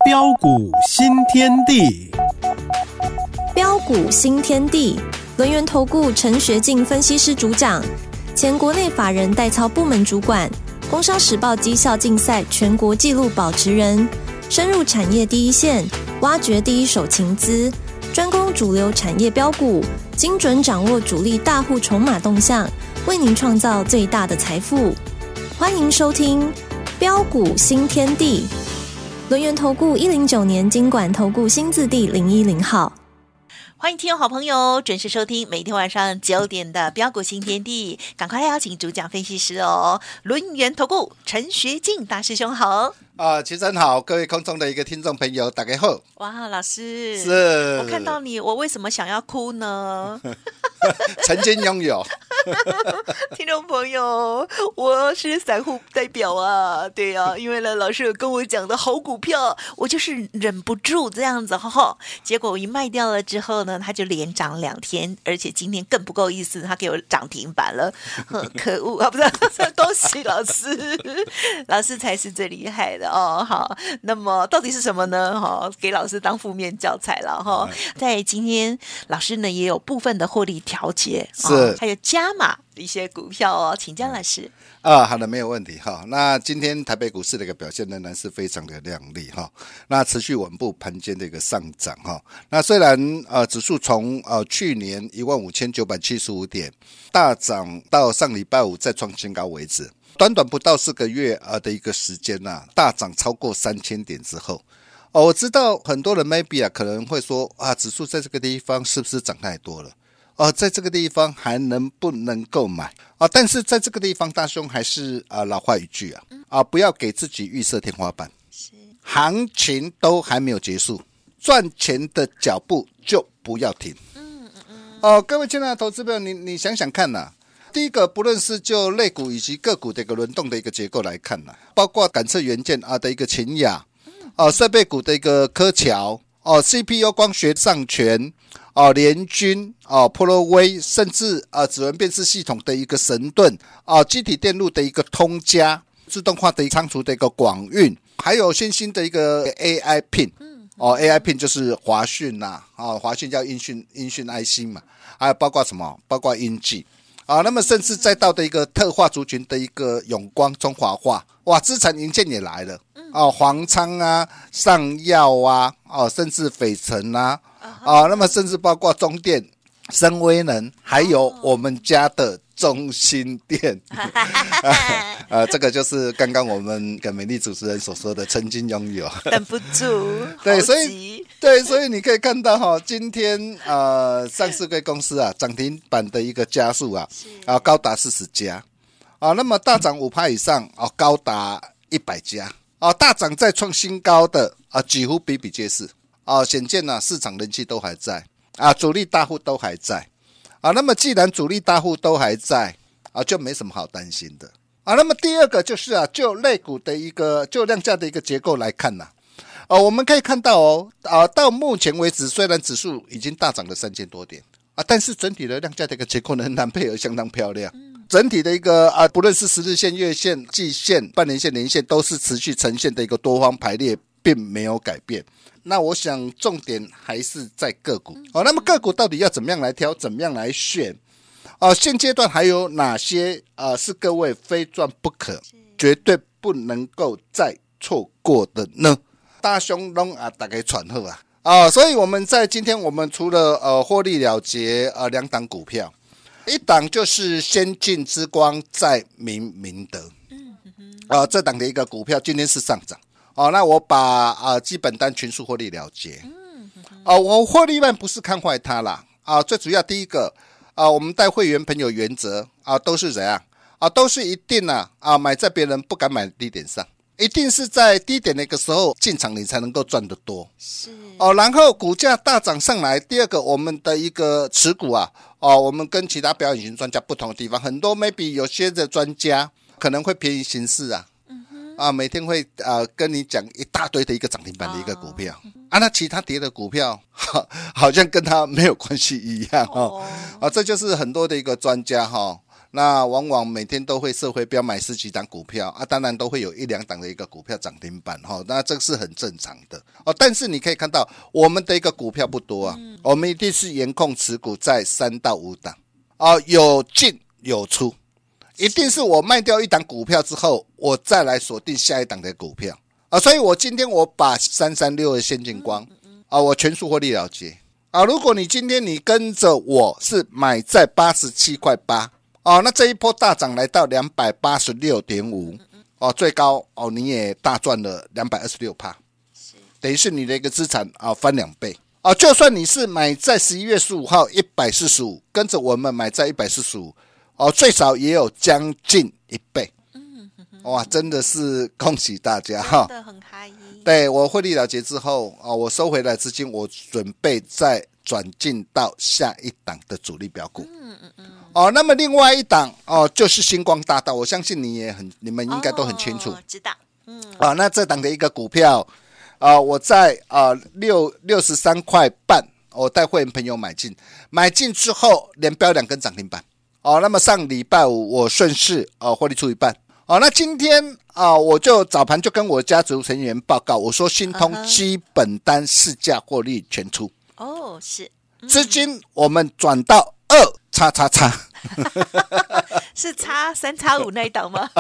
标股新天地， 标股新天地，轮源投顾陈学进分析师主讲，前国内法人代操部门主管，工商时报绩效竞赛全国纪录保持人，深入产业第一线，挖掘第一手情资，专攻主流产业标股，精准掌握主力大户筹码动向，为您创造最大的财富。欢迎收听标股新天地，轮源投顾109年金管投顾新字第010号。 欢迎听众好朋友准时收听每天晚上9点的标股新天地，赶快来邀请主讲分析师哦，轮源投顾陈学进大师兄好。 齐真好，各位空中的一个听众朋友大家好。 哇，老师， 是我看到你，我为什么想要哭呢？ 曾经拥有听众朋友，我是散户代表啊，对啊，因为呢老师有跟我讲的好股票，我就是忍不住这样子结果我一卖掉了之后呢，它就连涨2天，而且今天更不够意思，它给我涨停板了，可恶啊！不是，恭喜老师，老师才是最厉害的哦。好，那么到底是什么呢？给老师当负面教材了在今天老师呢也有部分的获利调节， 是还有加码一些股票哦，请教老师。 好的，没有问题哈。那今天台北股市的一个表现仍然是非常的亮丽哈，那持续稳步盘间的一个上涨哈。那虽然指数从去年15975点大涨到上礼拜五再创新高为止，短短不到4个月的一个时间大涨超过3000点之后，我知道很多人 maybe 可能会说指数在这个地方是不是涨太多了？在这个地方还能不能够买但是在这个地方大兄还是老话一句不要给自己预设天花板，行情都还没有结束，赚钱的脚步就不要停。各位亲爱的投资朋友，你想想看第一个，不论是就类股以及个股的一个轮动的一个结构来看包括感测元件的一个勤雅设备股的一个科乔CPU 光学上权联军波罗威，甚至指纹辨识系统的一个神盾机体电路的一个通家，自动化的一个仓储的一个广运，还有新兴的一个 AI pin AI pin 就是华讯华讯叫音讯 IC 嘛，还有包括什么？包括英记那么甚至再到的一个特化族群的一个永光、中华化，哇，资产营建也来了黄昌上药甚至斐城那么甚至包括中电、深威能，还有我们家的中兴电这个就是刚刚我们跟美丽主持人所说的曾经拥有， 等不住对，所以你可以看到今天上市柜公司涨停板的一个家数高达40家那么大涨5%以上高达100家大涨再创新高的几乎比比皆是显见市场人气都还在主力大户都还在那么既然主力大户都还在就没什么好担心的那么第二个就是就类股的一个就量价的一个结构来看我们可以看到到目前为止，虽然指数已经大涨了3000多点但是整体的量价的一个结构仍然配合相当漂亮。整体的一个不论是10日线、月线、季线、半年线、年线，都是持续呈现的一个多方排列，并没有改变。那我想重点还是在个股那么个股到底要怎么样来挑，怎么样来选现阶段还有哪些是各位非赚不可，绝对不能够再错过的呢？大兄都大概传后所以我们在今天我们除了获利了结2档股票，一档就是先进之光，再明德这档的一个股票今天是上涨那我把基本单全数获利了结我获利半不是看坏它啦最主要第一个我们带会员朋友原则都是怎样都是一定买在别人不敢买的低点上，一定是在低点那个时候进场，你才能够赚得多。是然后股价大涨上来，第二个我们的一个持股我们跟其他表演型专家不同的地方，很多 maybe 有些的专家可能会便宜行事每天会跟你讲一大堆的一个涨停板的一个股票那其他跌的股票好像跟他没有关系一样这就是很多的一个专家那往往每天都会社会标买10几档股票啊，当然都会有1、2档的一个股票涨停板那这个是很正常的但是你可以看到我们的一个股票不多啊，我们一定是严控持股在3到5档有进有出，一定是我卖掉1档股票之后，我再来锁定下一档的股票所以我今天我把336的先进光我全数获利了结如果你今天你跟着我是买在87.8块那这一波大涨来到 286.5 最高你也大赚了 226%， 等于是你的一个资产翻2倍就算你是买在11月15号145，跟着我们买在145最少也有将近1倍哇，真的是恭喜大家真的很开心。 对，我获利了结之后我收回来资金，我准备再转进到下一档的主力标股那么另外一档就是星光大道，我相信你们应该都很清楚知道那这档的一个股票我在63块半我带会员朋友买进之后连标2根涨停板那么上礼拜五我顺势获利出一半那今天我就早盘就跟我家族成员报告，我说新通基本单市价获利全出是资金我们转到2XXX 是叉3叉5那一档吗？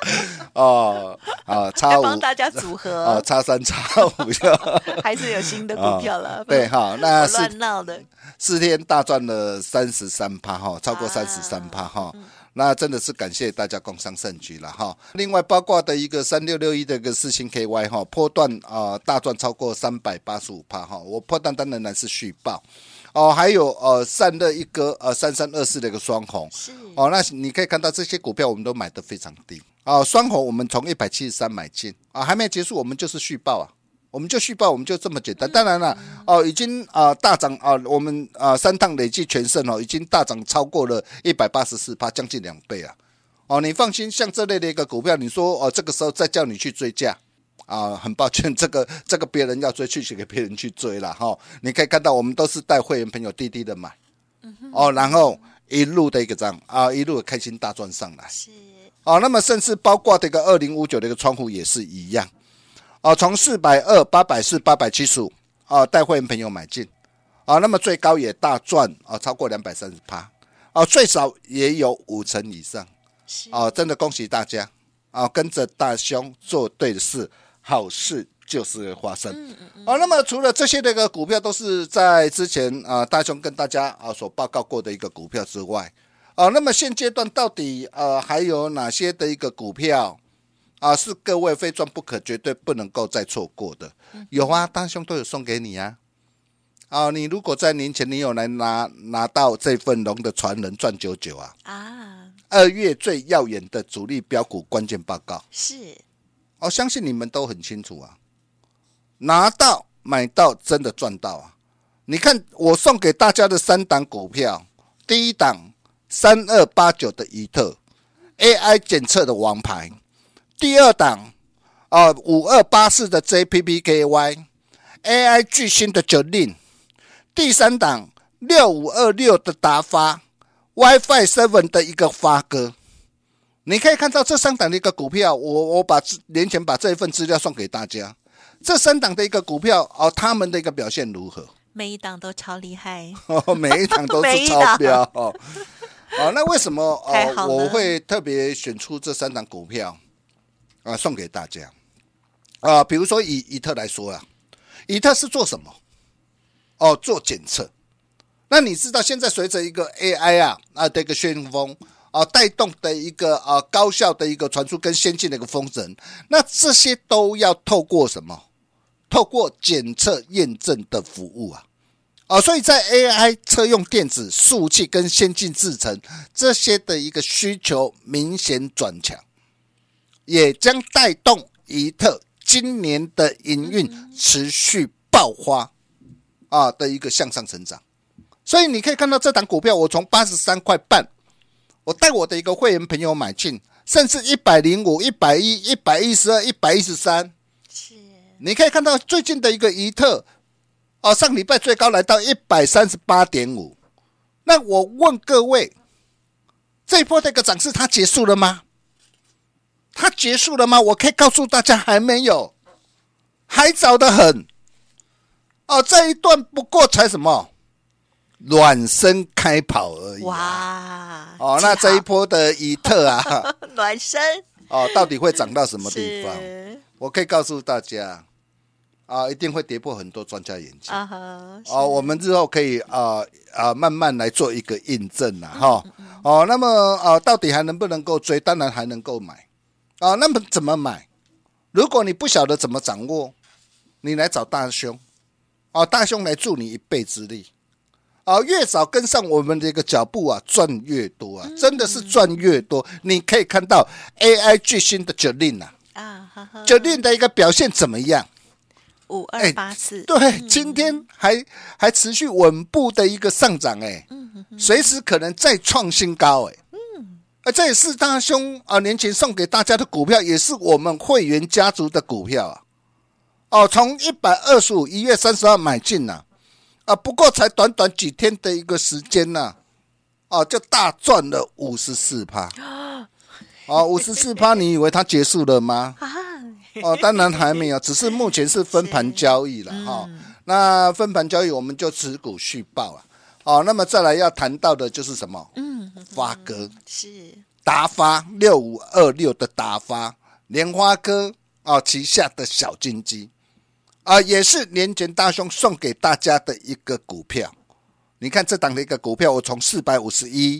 叉5 帮大家组合叉3叉5 还是有新的股票了对那乱闹的 4天大赚了 33% 超过 33% 那真的是感谢大家工商盛举了另外包括的一个3661的一个世芯 KY 波段大赚超过 385% 我波段当然是续报还有散热一哥3324的一个双红那你可以看到这些股票我们都买得非常低双红我们从173买进还没结束我们就是续报我们就续报，我们就这么简单。当然了已经大涨我们3趟累计全胜已经大涨超过了 184%， 将近2倍你放心，像这类的一个股票，你说这个时候再叫你去追价很抱歉，这个别人要追去给别人去追了你可以看到我们都是带会员朋友低低的买然后一路的一个涨一路的开心大赚上来是那么甚至包括这个2059的一个窗户也是一样从420、840、875带会员朋友买进那么最高也大赚超过 230%最少也有50%以上真的恭喜大家跟着大兄做对的事，好事就是会发生那么除了这些的一个股票都是在之前大兄跟大家所报告过的一个股票之外那么现阶段到底还有哪些的一个股票是各位非赚不可，绝对不能够再错过的有大兄都有送给你你如果在年前你有来拿到这份龙的传人赚992月最耀眼的主力标股关键报告是相信你们都很清楚拿到买到真的赚到你看我送给大家的3档股票，第一档3289的怡特 AI 检测的王牌，第二档5284的 JPPKY AI 巨星的Jolin，第三档6526的达发 WiFi 7的一个发哥。你可以看到这3档的一个股票，我把年前把这一份资料送给大家，这3档的一个股票他们的一个表现如何？ 每一档都超厉害每一档都是超标那为什么我会特别选出这3档股票送给大家比如说以怡特来说怡特是做什么做检测。那你知道现在随着一个 AI 的一个旋风带动的一个高效的一个传输跟先进的一个风筝，那这些都要透过什么？透过检测验证的服务所以在 AI 车用电子伺服器跟先进制程这些的一个需求明显转强，也将带动怡特今年的营运持续爆发的一个向上成长。所以你可以看到这档股票，我从83块半，我带我的一个会员朋友买进，甚至105、110、112、113。是，你可以看到最近的一个怡特上礼拜最高来到 138.5。那我问各位， 这一波的一个涨势它结束了吗？它结束了吗？我可以告诉大家还没有，还早得很。这一段不过才什么暖身开跑而已。 哇！ 那这一波的以特啊， 暖身到底会涨到什么地方？我可以告诉大家，一定会跌破很多专家眼镜。我们日后可以慢慢来做一个印证啦。那么到底还能不能够追？当然还能够买。那么怎么买？如果你不晓得怎么掌握，你来找大兄。大兄来助你一臂之力。越早跟上我们的一个脚步啊，赚越多啊，真的是赚越多。你可以看到 AI 巨星的Jolin Jolin 的一个表现怎么样 ？5284， 对，今天还持续稳步的一个上涨随时可能再创新高这也是大兄年前送给大家的股票，也是我们会员家族的股票从125 1月30号买进不过才短短几天的一个时间就大赚了 54%。54%你以为它结束了吗？当然还没有，只是目前是分盘交易了那分盘交易我们就持股续报了那么再来要谈到的就是什么？发哥是达发6526的达发，莲花科旗下的小金鸡也是年前大兄送给大家的一个股票。你看这档的一个股票，我从451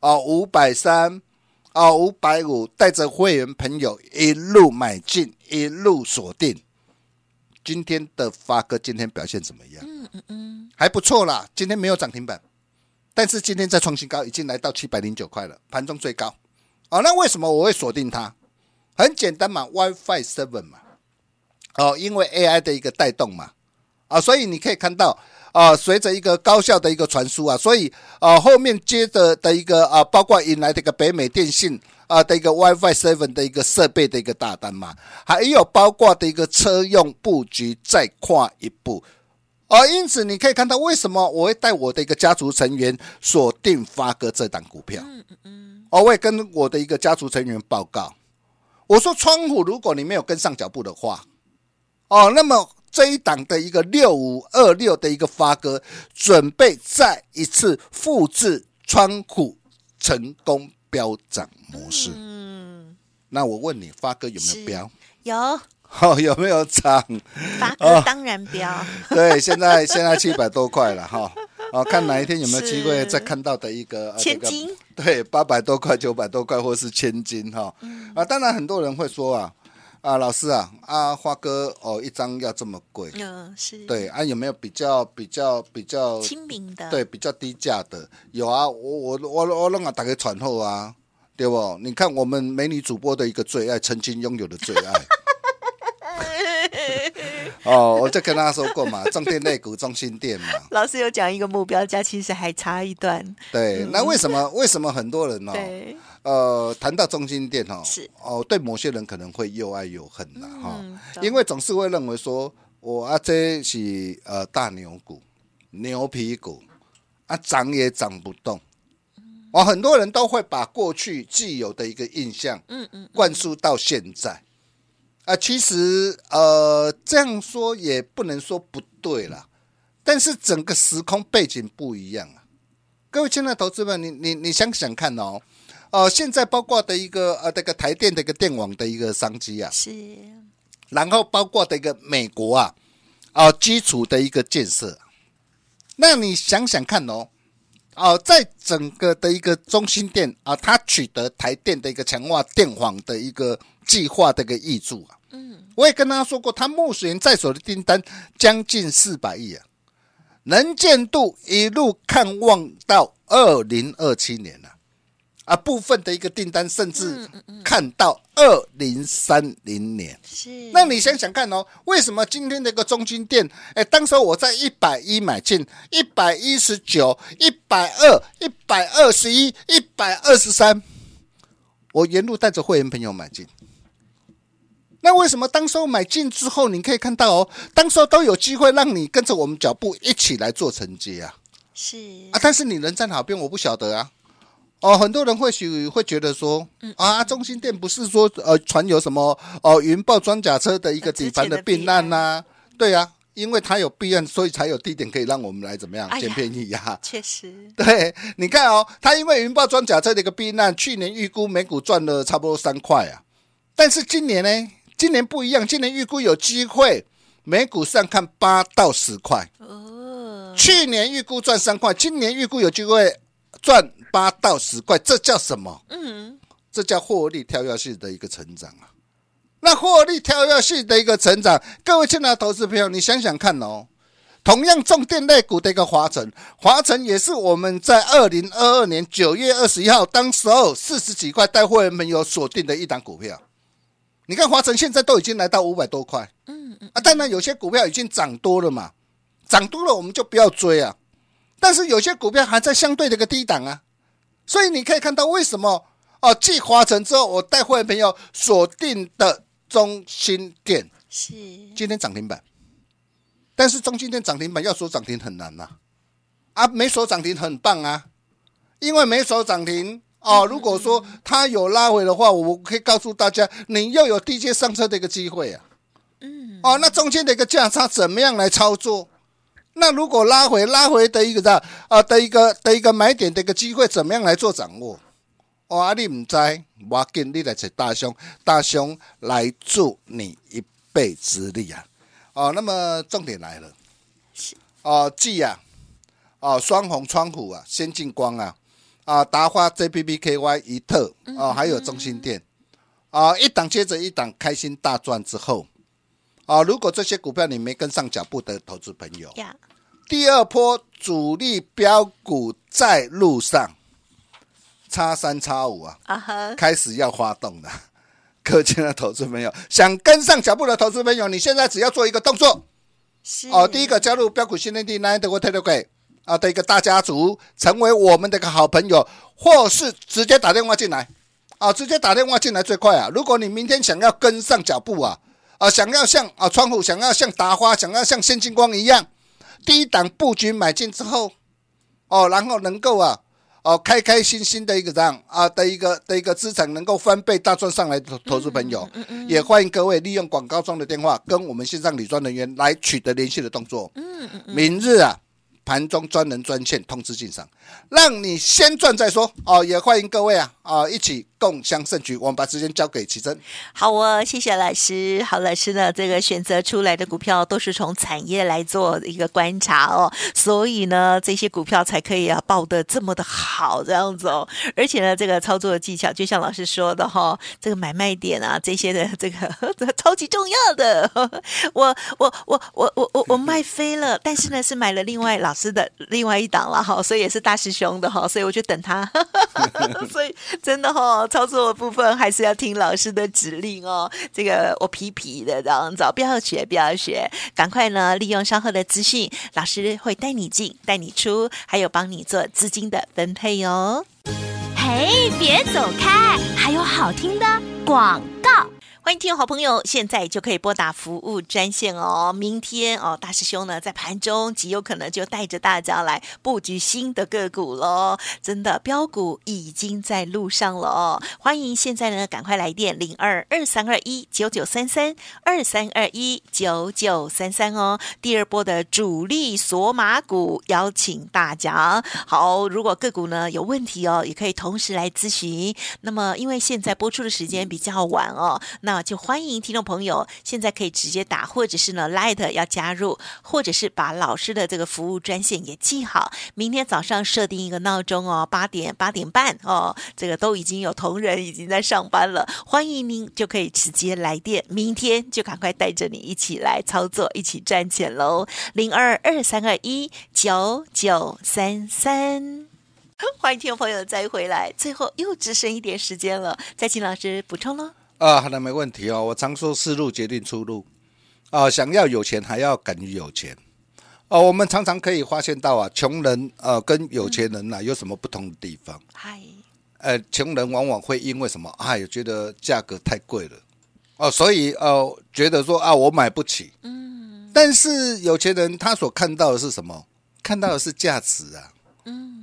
530 550带着会员朋友一路买进，一路锁定。今天的发哥今天表现怎么样？还不错啦，今天没有涨停板，但是今天再创新高，已经来到709块了，盘中最高。那为什么我会锁定它？很简单嘛 ，WiFi 7嘛。因为 AI 的一个带动嘛，所以你可以看到随着一个高效的一个传输所以后面接着的一个包括引来的一个北美电信的一个 WiFi 7的一个设备的一个大单嘛，还有包括的一个车用布局再跨一步因此你可以看到为什么我会带我的一个家族成员锁定发哥这档股票。我也跟我的一个家族成员报告，我说窗户如果你没有跟上脚步的话那么这一档的一个6526的一个发哥，准备再一次复制川股成功飙涨模式。那我问你，发哥有没有飙？ 有。 有没有涨？ 发哥当然飙。 对，现在700多块了看哪一天有没有机会再看到的一个千金。 对，800多块、900多块，或是千金当然很多人会说老师花哥一张要这么贵是对有没有比较亲民的？ 对，比较低价的有我让大家传后对不？你看我们美女主播的一个最爱，曾经拥有的最爱我就跟他说过嘛，重电类股中心店嘛。 老师有讲一个目标价，其实还差一段。 对，那为什么很多人对谈到中心店是对某些人可能会又爱又恨因为总是会认为说这是大牛股、牛皮股涨也涨不动。很多人都会把过去既有的一个印象灌输到现在其实这样说也不能说不对啦，但是整个时空背景不一样各位亲爱的投资们，你想想看现在包括的一个这个台电的一个电网的一个商机是， 然后包括的一个美国基础的一个建设，那你想想看在整个的一个中心店它取得台电的一个强化电网的一个计划的一个挹注我也跟他说过，他目前在手的订单将近400亿能见度一路看望到2027年部分的一个订单甚至看到2030年。 是， 那你想想看为什么今天的一个中心店当时我在110买进119 120 121 123，我沿路带着会员朋友买进。那为什么当时买进之后，你可以看到当时都有机会让你跟着我们脚步一起来做承接是但是你人在哪边我不晓得很多人或许会觉得说，中兴电不是说传有什么云豹装甲车的一个底盘的并案呐？对啊，因为它有弊案，所以才有低点可以让我们来怎么样捡便宜呀？ 确实， 对，你看它因为云豹装甲车的一个弊案，去年预估每股赚了差不多3块啊，但是今年呢？今年不一样，今年预估有机会每股上看8到10块。去年预估赚3块，今年预估有机会赚8到10块，这叫什么？这叫获利跳跃式的一个成长啊。那获利跳跃式的一个成长，各位亲爱的投资朋友，你想想看同样重电类股的一个华城也是我们在2022年9月21号当时候40几块带会员朋友锁定的一档股票。你看华城现在都已经来到500多块，当然有些股票已经涨多了嘛，涨多了我们就不要追啊。但是有些股票还在相对的一个低档啊，所以你可以看到为什么继华城之后，我带会员朋友锁定的中兴电是今天涨停板，但是中兴电涨停板要锁涨停很难没锁涨停很棒啊，因为没锁涨停。如果说它有拉回的话，我可以告诉大家，你又有低阶上车的一个机会啊。那中间的一个价差怎么样来操作？那如果拉回的一个的一个买点的一个机会，怎么样来做掌握？你不知道，我建议你来找大兄来助你一臂之力啊。那么重点来了，继双虹窗户先进光达华 JPPKY 一特还有中兴电一档接着一档开心大赚之后如果这些股票你没跟上脚步的投资朋友，第二波主力标股在路上，X3 X5开始要发动了。各位的投资朋友，想跟上脚步的投资朋友，你现在只要做一个动作，第一个加入标股新天地 9 Telegram的一个大家族，成为我们的一个好朋友，或是直接打电话进来直接打电话进来最快如果你明天想要跟上脚步想要像窗户，想要像达花，想要像先进光一样，第一档布局买进之后然后能够开开心心的一个这样的一个资产能够翻倍大赚上来的投资朋友，也欢迎各位利用广告中的电话跟我们线上理专人员来取得联系的动作。明日盘中专人专线通知进场，让你先赚再说也欢迎各位一起共襄盛举。我们把时间交给奇珍。 好谢谢老师。好，老师呢这个选择出来的股票都是从产业来做一个观察所以呢这些股票才可以报得这么的好这样子而且呢这个操作的技巧就像老师说的这个买卖点这些的这个超级重要的我卖飞了，但是呢是买了另外老师的另外一档了所以也是大师兄的所以我就等他所以真的操作的部分还是要听老师的指令这个我皮的这样子不要学，赶快呢利用稍后的资讯，老师会带你进带你出，还有帮你做资金的分配嘿，别走开，还有好听的广告。 欢迎听众好朋友，现在就可以拨打服务专线明天大师兄呢在盘中极有可能就带着大家来布局新的个股咯，真的标股已经在路上了欢迎现在呢赶快来电0223219933 23219933第二波的主力索马股邀请大家。好，如果个股呢有问题也可以同时来咨询。那么因为现在播出的时间比较晚那就欢迎听众朋友现在可以直接打，或者是呢 Light 要加入，或者是把老师的这个服务专线也记好，明天早上设定一个闹钟8点半这个都已经有同仁已经在上班了，欢迎您就可以直接来电，明天就赶快带着你一起来操作，一起赚钱咯0223219933欢迎听众朋友再回来，最后又只剩一点时间了，再请老师补充咯那没问题我常说思路决定出路想要有钱还要敢于有钱我们常常可以发现到穷人跟有钱人有什么不同的地方？穷人往往会因为什么？觉得价格太贵了所以觉得说我买不起。但是有钱人他所看到的是什么？看到的是价值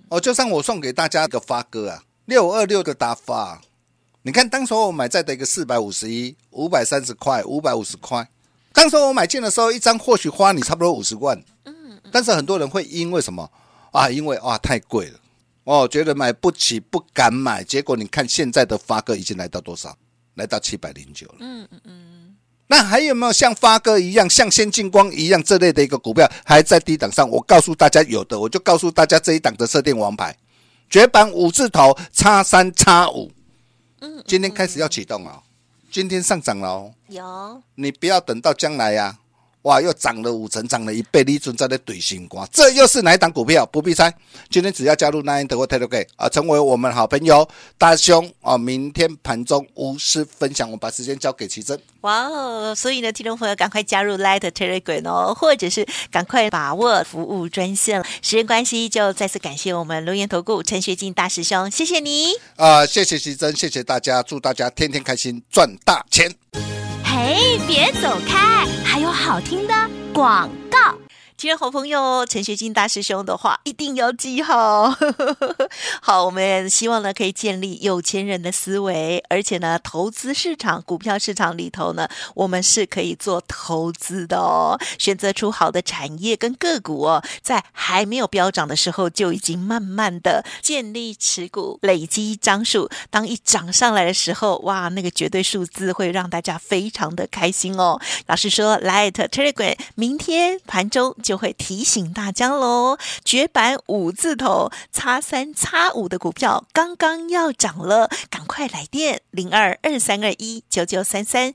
就像我送给大家一个发哥啊，6526的达发啊，你看当时候我买在的一个451 530块550块，当时候我买进的时候一张或许花你差不多50万，但是很多人会因为什么啊？因为太贵了觉得买不起不敢买，结果你看现在的发哥已经来到多少？来到709了。那还有没有像发哥一样，像先进光一样这类的一个股票还在低档上？我告诉大家有的，我就告诉大家这一档的设定王牌，绝版5字头，X3 X5，今天开始要启动了，今天上涨了哦。 有， 你不要等到将来呀，又涨了5成，涨了1倍，你准在那怼心瓜，这又是哪一档股票？不必猜，今天只要加入 LINE 或 Telegram 成为我们好朋友，大兄明天盘中无私分享，我把时间交给奇珍。 哇哦！所以呢，听众朋友赶快加入 LINE Telegram 或者是赶快把握服务专线。时间关系，就再次感谢我们龙岩投顾陈学进大师兄，谢谢你。 谢谢奇珍，谢谢大家，祝大家天天开心，赚大钱。 嘿，别走开，还有好听的广告。 亲爱好朋友，陈学进大师兄的话一定要记好。好，我们希望呢可以建立有钱人的思维，而且呢，投资市场、股票市场里头呢，我们是可以做投资的哦。选择出好的产业跟个股在还没有飙涨的时候，就已经慢慢的建立持股，累积张数。当一涨上来的时候，哇，那个绝对数字会让大家非常的开心哦。老师说 ，Light Telegram 明天盘中就会提醒大家咯，绝版5字头 X3 X5 的股票刚刚要涨了，赶快来电0223219933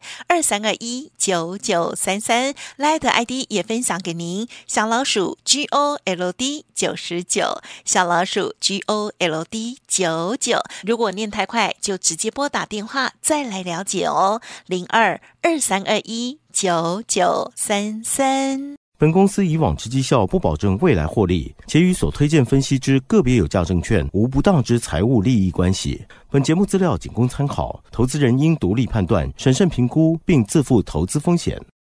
23219933， Light ID 也分享给您，小老鼠 GOLD99， 小老鼠 GOLD99， 如果念太快就直接拨打电话再来了解哦，0223219933。 本公司以往之绩效不保证未来获利，且与所推荐分析之个别有价证券无不当之财务利益关系。本节目资料仅供参考，投资人应独立判断、审慎评估，并自负投资风险。